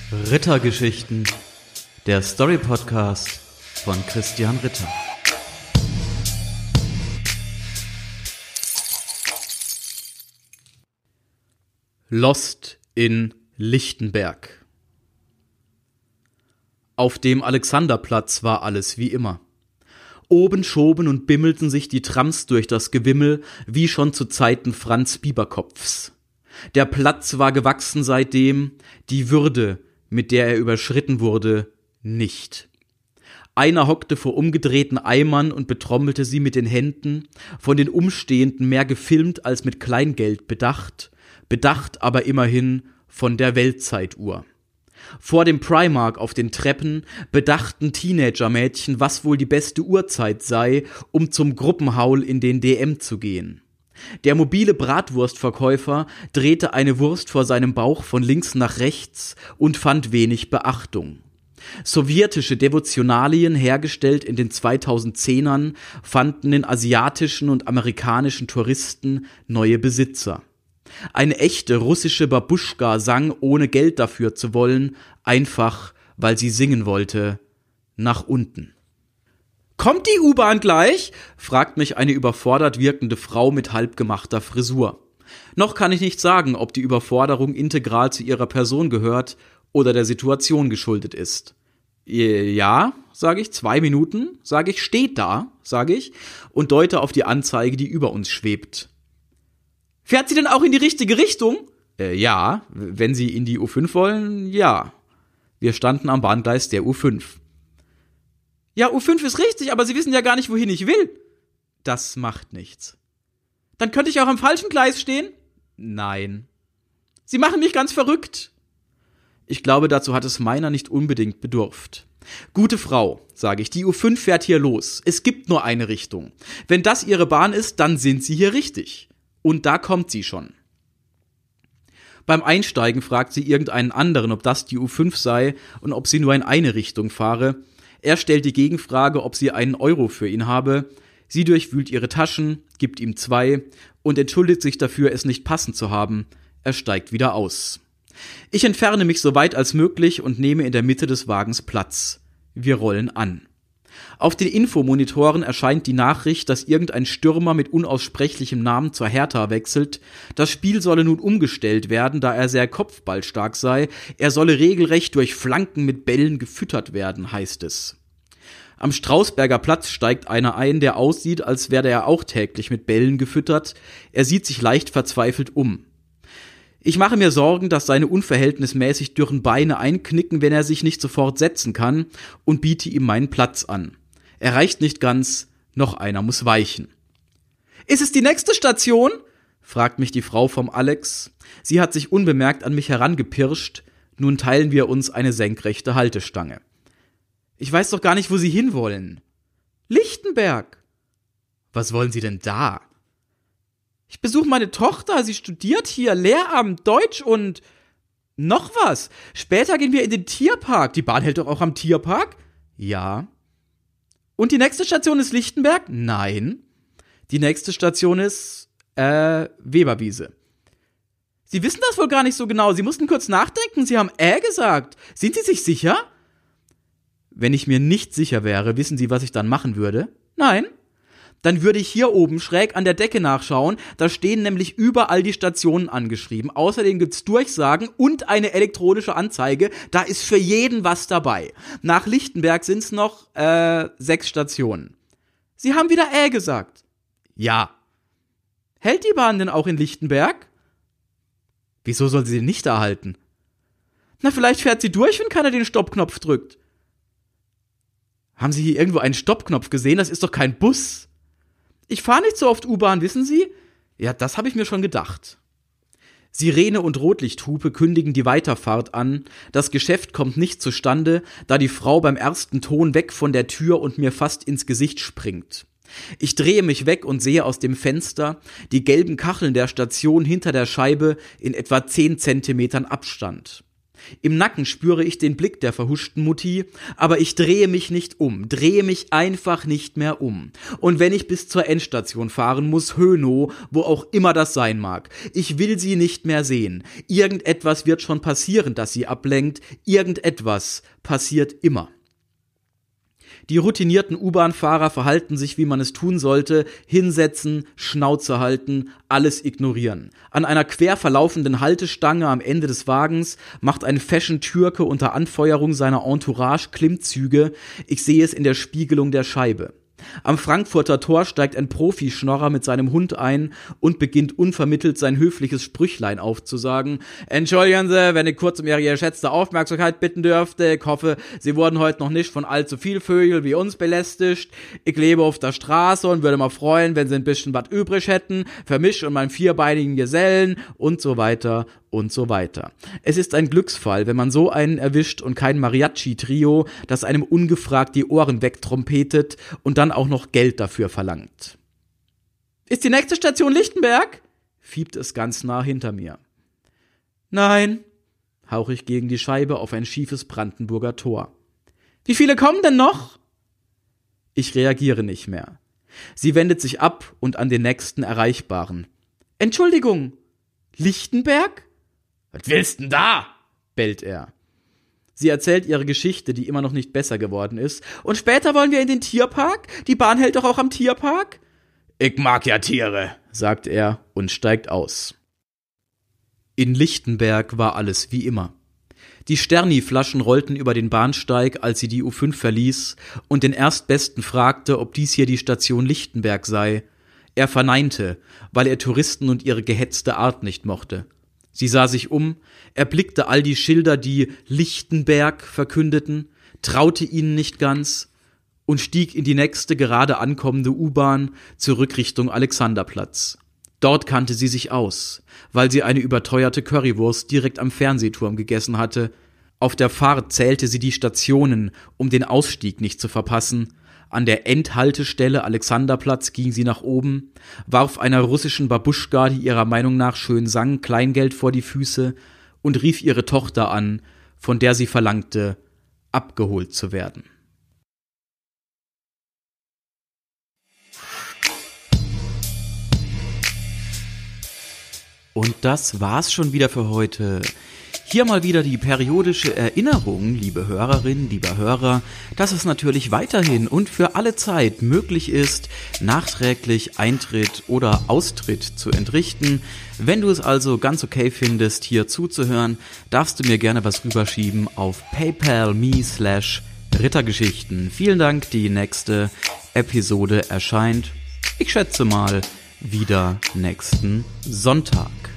Rittergeschichten, der Story-Podcast von Christian Ritter. Lost in Lichtenberg. Auf dem Alexanderplatz war alles wie immer. Oben schoben und bimmelten sich die Trams durch das Gewimmel, wie schon zu Zeiten Franz Bieberkopfs. Der Platz war gewachsen seitdem, die Würde, mit der er überschritten wurde, nicht. Einer hockte vor umgedrehten Eimern und betrommelte sie mit den Händen, von den Umstehenden mehr gefilmt als mit Kleingeld bedacht aber immerhin von der Weltzeituhr. Vor dem Primark auf den Treppen bedachten Teenagermädchen, was wohl die beste Uhrzeit sei, um zum Gruppenhaul in den DM zu gehen. Der mobile Bratwurstverkäufer drehte eine Wurst vor seinem Bauch von links nach rechts und fand wenig Beachtung. Sowjetische Devotionalien, hergestellt in den 2010ern, fanden in asiatischen und amerikanischen Touristen neue Besitzer. Eine echte russische Babuschka sang, ohne Geld dafür zu wollen, einfach, weil sie singen wollte, nach unten. »Kommt die U-Bahn gleich?« fragt mich eine überfordert wirkende Frau mit halbgemachter Frisur. Noch kann ich nicht sagen, ob die Überforderung integral zu ihrer Person gehört oder der Situation geschuldet ist. Ja, sage ich, 2 Minuten, sage ich, steht da, sage ich, und deute auf die Anzeige, die über uns schwebt. Fährt sie denn auch in die richtige Richtung? Ja, wenn Sie in die U5 wollen, ja. Wir standen am Bahngleis der U5. Ja, U5 ist richtig, aber Sie wissen ja gar nicht, wohin ich will. Das macht nichts. Dann könnte ich auch am falschen Gleis stehen? Nein. Sie machen mich ganz verrückt. Ich glaube, dazu hat es meiner nicht unbedingt bedurft. Gute Frau, sage ich, die U5 fährt hier los. Es gibt nur eine Richtung. Wenn das Ihre Bahn ist, dann sind Sie hier richtig. Und da kommt sie schon. Beim Einsteigen fragt sie irgendeinen anderen, ob das die U5 sei und ob sie nur in eine Richtung fahre. Er stellt die Gegenfrage, ob sie einen Euro für ihn habe. Sie durchwühlt ihre Taschen, gibt ihm 2 und entschuldigt sich dafür, es nicht passend zu haben. Er steigt wieder aus. Ich entferne mich so weit als möglich und nehme in der Mitte des Wagens Platz. Wir rollen an. Auf den Infomonitoren erscheint die Nachricht, dass irgendein Stürmer mit unaussprechlichem Namen zur Hertha wechselt. Das Spiel solle nun umgestellt werden, da er sehr kopfballstark sei. Er solle regelrecht durch Flanken mit Bällen gefüttert werden, heißt es. Am Strausberger Platz steigt einer ein, der aussieht, als werde er auch täglich mit Bällen gefüttert. Er sieht sich leicht verzweifelt um. Ich mache mir Sorgen, dass seine unverhältnismäßig dürren Beine einknicken, wenn er sich nicht sofort setzen kann, und biete ihm meinen Platz an. Er reicht nicht ganz, noch einer muss weichen. »Ist es die nächste Station?« fragt mich die Frau vom Alex. Sie hat sich unbemerkt an mich herangepirscht. Nun teilen wir uns eine senkrechte Haltestange. »Ich weiß doch gar nicht, wo Sie hinwollen.« »Lichtenberg.« »Was wollen Sie denn da?« »Ich besuche meine Tochter, sie studiert hier, Lehramt, Deutsch und noch was. Später gehen wir in den Tierpark. Die Bahn hält doch auch am Tierpark?« »Ja.« »Und die nächste Station ist Lichtenberg?« »Nein.« »Die nächste Station ist, Weberwiese.« »Sie wissen das wohl gar nicht so genau. Sie mussten kurz nachdenken. Sie haben gesagt. Sind Sie sich sicher?« »Wenn ich mir nicht sicher wäre, wissen Sie, was ich dann machen würde?« »Nein.« »Dann würde ich hier oben schräg an der Decke nachschauen. Da stehen nämlich überall die Stationen angeschrieben. Außerdem gibt's Durchsagen und eine elektronische Anzeige. Da ist für jeden was dabei. Nach Lichtenberg sind's noch 6 Stationen.« »Sie haben wieder gesagt.« »Ja.« »Hält die Bahn denn auch in Lichtenberg?« »Wieso soll sie denn nicht erhalten?« »Na, vielleicht fährt sie durch, wenn keiner den Stoppknopf drückt.« »Haben Sie hier irgendwo einen Stoppknopf gesehen? Das ist doch kein Bus.« »Ich fahre nicht so oft U-Bahn, wissen Sie?« »Ja, das habe ich mir schon gedacht.« Sirene und Rotlichthupe kündigen die Weiterfahrt an. Das Geschäft kommt nicht zustande, da die Frau beim ersten Ton weg von der Tür und mir fast ins Gesicht springt. Ich drehe mich weg und sehe aus dem Fenster die gelben Kacheln der Station hinter der Scheibe in etwa 10 Zentimetern Abstand. Im Nacken spüre ich den Blick der verhuschten Mutti, aber ich drehe mich nicht um, drehe mich einfach nicht mehr um. Und wenn ich bis zur Endstation fahren muss, Hönow, wo auch immer das sein mag, ich will sie nicht mehr sehen. Irgendetwas wird schon passieren, das sie ablenkt, irgendetwas passiert immer. Die routinierten U-Bahn-Fahrer verhalten sich, wie man es tun sollte, hinsetzen, Schnauze halten, alles ignorieren. An einer quer verlaufenden Haltestange am Ende des Wagens macht ein Fashion-Türke unter Anfeuerung seiner Entourage Klimmzüge. Ich sehe es in der Spiegelung der Scheibe. Am Frankfurter Tor steigt ein Profischnorrer mit seinem Hund ein und beginnt unvermittelt sein höfliches Sprüchlein aufzusagen. Entschuldigen Sie, wenn ich kurz um Ihre geschätzte Aufmerksamkeit bitten dürfte. Ich hoffe, Sie wurden heute noch nicht von allzu viel Vögel wie uns belästigt. Ich lebe auf der Straße und würde mal freuen, wenn Sie ein bisschen was übrig hätten für mich und meinen vierbeinigen Gesellen und so weiter und so weiter. Es ist ein Glücksfall, wenn man so einen erwischt und kein Mariachi-Trio, das einem ungefragt die Ohren wegtrompetet und dann auch noch Geld dafür verlangt. Ist die nächste Station Lichtenberg? Fiebt es ganz nah hinter mir. Nein, hauche ich gegen die Scheibe auf ein schiefes Brandenburger Tor. Wie viele kommen denn noch? Ich reagiere nicht mehr. Sie wendet sich ab und an den nächsten Erreichbaren. Entschuldigung, Lichtenberg? Was willst denn da? Bellt er. Sie erzählt ihre Geschichte, die immer noch nicht besser geworden ist. Und später wollen wir in den Tierpark? Die Bahn hält doch auch am Tierpark? Ich mag ja Tiere, sagt er und steigt aus. In Lichtenberg war alles wie immer. Die Sterni-Flaschen rollten über den Bahnsteig, als sie die U5 verließ und den Erstbesten fragte, ob dies hier die Station Lichtenberg sei. Er verneinte, weil er Touristen und ihre gehetzte Art nicht mochte. Sie sah sich um, erblickte all die Schilder, die Lichtenberg verkündeten, traute ihnen nicht ganz und stieg in die nächste gerade ankommende U-Bahn zurück Richtung Alexanderplatz. Dort kannte sie sich aus, weil sie eine überteuerte Currywurst direkt am Fernsehturm gegessen hatte. Auf der Fahrt zählte sie die Stationen, um den Ausstieg nicht zu verpassen. An der Endhaltestelle Alexanderplatz ging sie nach oben, warf einer russischen Babuschka, die ihrer Meinung nach schön sang, Kleingeld vor die Füße und rief ihre Tochter an, von der sie verlangte, abgeholt zu werden. Und das war's schon wieder für heute. Hier mal wieder die periodische Erinnerung, liebe Hörerinnen, lieber Hörer, dass es natürlich weiterhin und für alle Zeit möglich ist, nachträglich Eintritt oder Austritt zu entrichten. Wenn du es also ganz okay findest, hier zuzuhören, darfst du mir gerne was rüberschieben auf paypal.me/Rittergeschichten. Vielen Dank, die nächste Episode erscheint, ich schätze mal, wieder nächsten Sonntag.